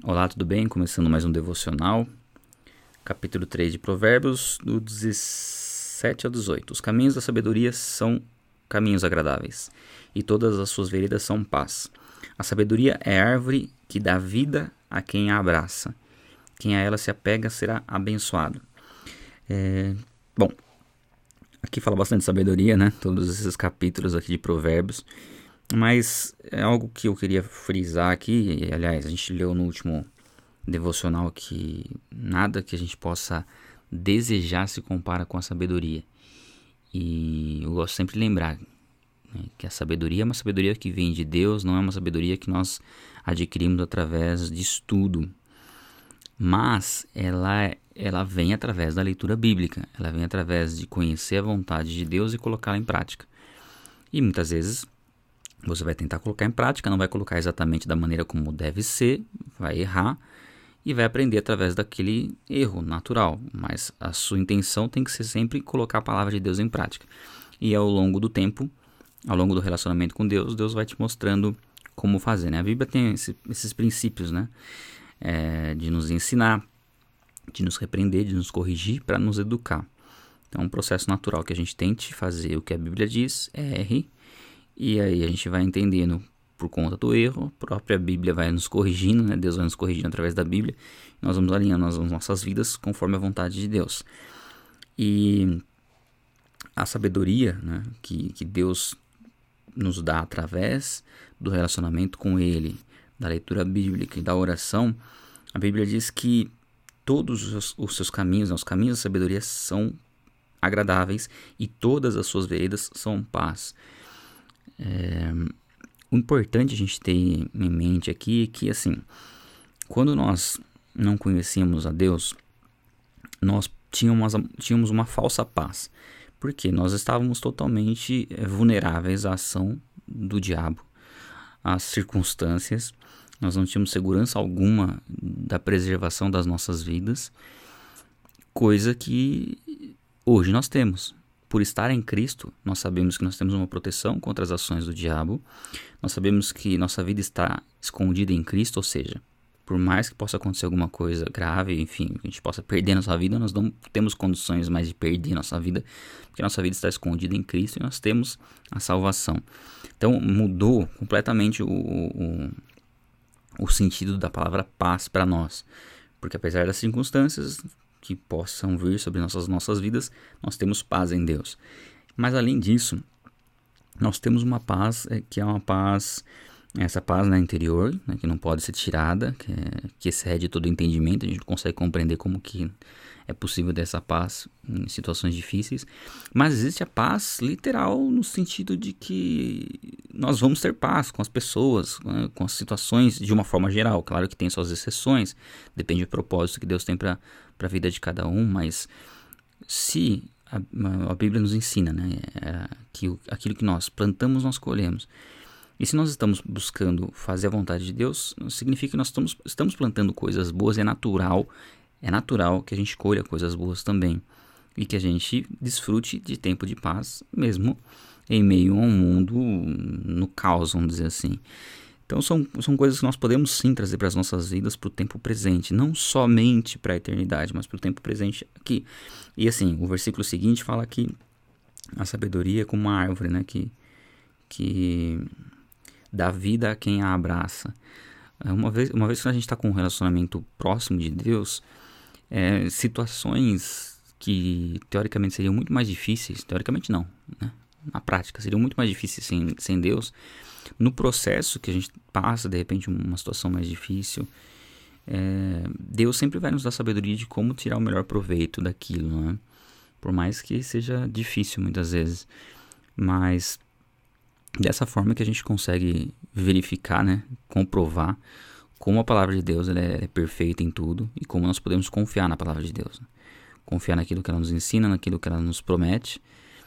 Olá, tudo bem? Começando mais um devocional, capítulo 3 de Provérbios, do 17 ao 18. Os caminhos da sabedoria são caminhos agradáveis, e todas as suas veredas são paz. A sabedoria é árvore que dá vida a quem a abraça. Quem a ela se apega será abençoado. Bom, aqui fala bastante de sabedoria, né? Todos esses capítulos aqui de Provérbios. Mas é algo que eu queria frisar aqui, e, aliás, a gente leu no último devocional que nada que a gente possa desejar se compara com a sabedoria. E eu gosto sempre de lembrar, né, que a sabedoria é uma sabedoria que vem de Deus, não é uma sabedoria que nós adquirimos através de estudo. Mas ela vem através da leitura bíblica, ela vem através de conhecer a vontade de Deus e colocá-la em prática. E muitas vezes você vai tentar colocar em prática, não vai colocar exatamente da maneira como deve ser, vai errar e vai aprender através daquele erro natural. Mas a sua intenção tem que ser sempre colocar a palavra de Deus em prática. E ao longo do tempo, ao longo do relacionamento com Deus, Deus vai te mostrando como fazer, né? A Bíblia tem esses princípios, né? De nos ensinar, de nos repreender, de nos corrigir para nos educar. Então é um processo natural que a gente tente fazer o que a Bíblia diz, erre, e aí a gente vai entendendo por conta do erro, a própria Bíblia vai nos corrigindo, né? Deus vai nos corrigindo através da Bíblia, nós vamos alinhando as nossas vidas conforme a vontade de Deus. E a sabedoria, né, que Deus nos dá através do relacionamento com Ele, da leitura bíblica e da oração, a Bíblia diz que todos os seus caminhos, né, os caminhos da sabedoria são agradáveis e todas as suas veredas são paz. O importante a gente ter em mente aqui é que, assim, quando nós não conhecíamos a Deus, nós tínhamos uma falsa paz, porque nós estávamos totalmente vulneráveis à ação do diabo, às circunstâncias, nós não tínhamos segurança alguma da preservação das nossas vidas, coisa que hoje nós temos. Por estar em Cristo, nós sabemos que nós temos uma proteção contra as ações do diabo. Nós sabemos que nossa vida está escondida em Cristo, ou seja, por mais que possa acontecer alguma coisa grave, enfim, que a gente possa perder nossa vida, nós não temos condições mais de perder nossa vida, porque nossa vida está escondida em Cristo e nós temos a salvação. Então mudou completamente o sentido da palavra paz para nós, porque apesar das circunstâncias que possam vir sobre nossas vidas, nós temos paz em Deus. Mas além disso, nós temos uma paz que é uma paz, essa paz na interior, né, que não pode ser tirada, que excede todo entendimento, a gente não consegue compreender como que é possível dessa paz em situações difíceis, mas existe a paz literal no sentido de que nós vamos ter paz com as pessoas, né, com as situações de uma forma geral. Claro que tem suas exceções, depende do propósito que Deus tem para a vida de cada um, mas se a Bíblia nos ensina, né, que aquilo que nós plantamos, nós colhemos. E se nós estamos buscando fazer a vontade de Deus, significa que nós estamos plantando coisas boas, é natural que a gente colha coisas boas também. E que a gente desfrute de tempo de paz, mesmo em meio a um mundo no caos, vamos dizer assim. Então são coisas que nós podemos sim trazer para as nossas vidas para o tempo presente, não somente para a eternidade, mas para o tempo presente aqui. E assim, o versículo seguinte fala que a sabedoria é como uma árvore, né, que dá vida a quem a abraça. Uma vez que a gente está com um relacionamento próximo de Deus, situações que teoricamente seriam muito mais difíceis, teoricamente não, né? Na prática seriam muito mais difíceis sem Deus, no processo que a gente passa, de repente uma situação mais difícil, Deus sempre vai nos dar sabedoria de como tirar o melhor proveito daquilo, né? Por mais que seja difícil muitas vezes, mas dessa forma que a gente consegue verificar, né, comprovar como a palavra de Deus ela é perfeita em tudo e como nós podemos confiar na palavra de Deus, né? Confiar naquilo que ela nos ensina, naquilo que ela nos promete,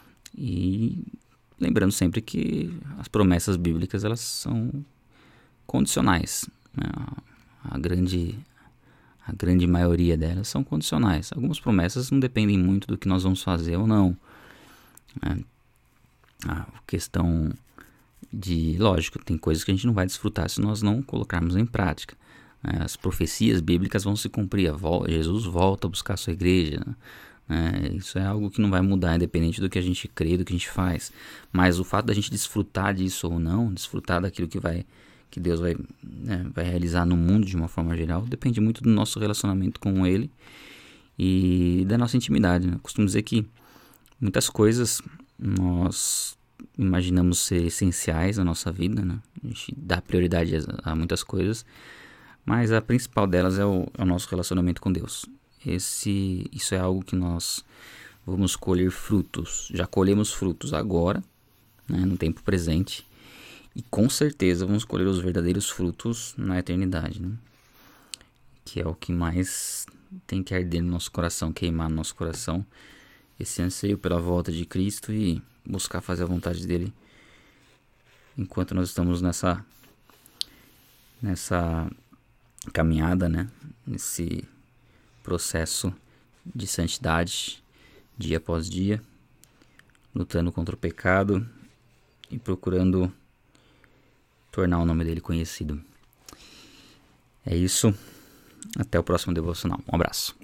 e lembrando sempre que as promessas bíblicas elas são condicionais, né? A grande maioria delas são condicionais. Algumas promessas não dependem muito do que nós vamos fazer ou não, né? A questão lógico, tem coisas que a gente não vai desfrutar se nós não colocarmos em prática. As profecias bíblicas vão se cumprir. Jesus volta a buscar a sua igreja, né? Isso é algo que não vai mudar, independente do que a gente crê, do que a gente faz. Mas o fato da gente desfrutar disso ou não, desfrutar daquilo que Deus vai, né, vai realizar no mundo de uma forma geral, depende muito do nosso relacionamento com Ele e da nossa intimidade, né? Eu costumo dizer que muitas coisas nós imaginamos ser essenciais na nossa vida, né? A gente dá prioridade a muitas coisas, mas a principal delas é o nosso relacionamento com Deus. Isso é algo que nós vamos colher frutos. Já colhemos frutos agora, né, no tempo presente, e com certeza vamos colher os verdadeiros frutos na eternidade, né? Que é o que mais tem que arder no nosso coração, queimar no nosso coração, esse anseio pela volta de Cristo e buscar fazer a vontade dele enquanto nós estamos nessa caminhada, né? Nesse processo de santidade, dia após dia, lutando contra o pecado e procurando tornar o nome dele conhecido. É isso. Até o próximo devocional. Um abraço.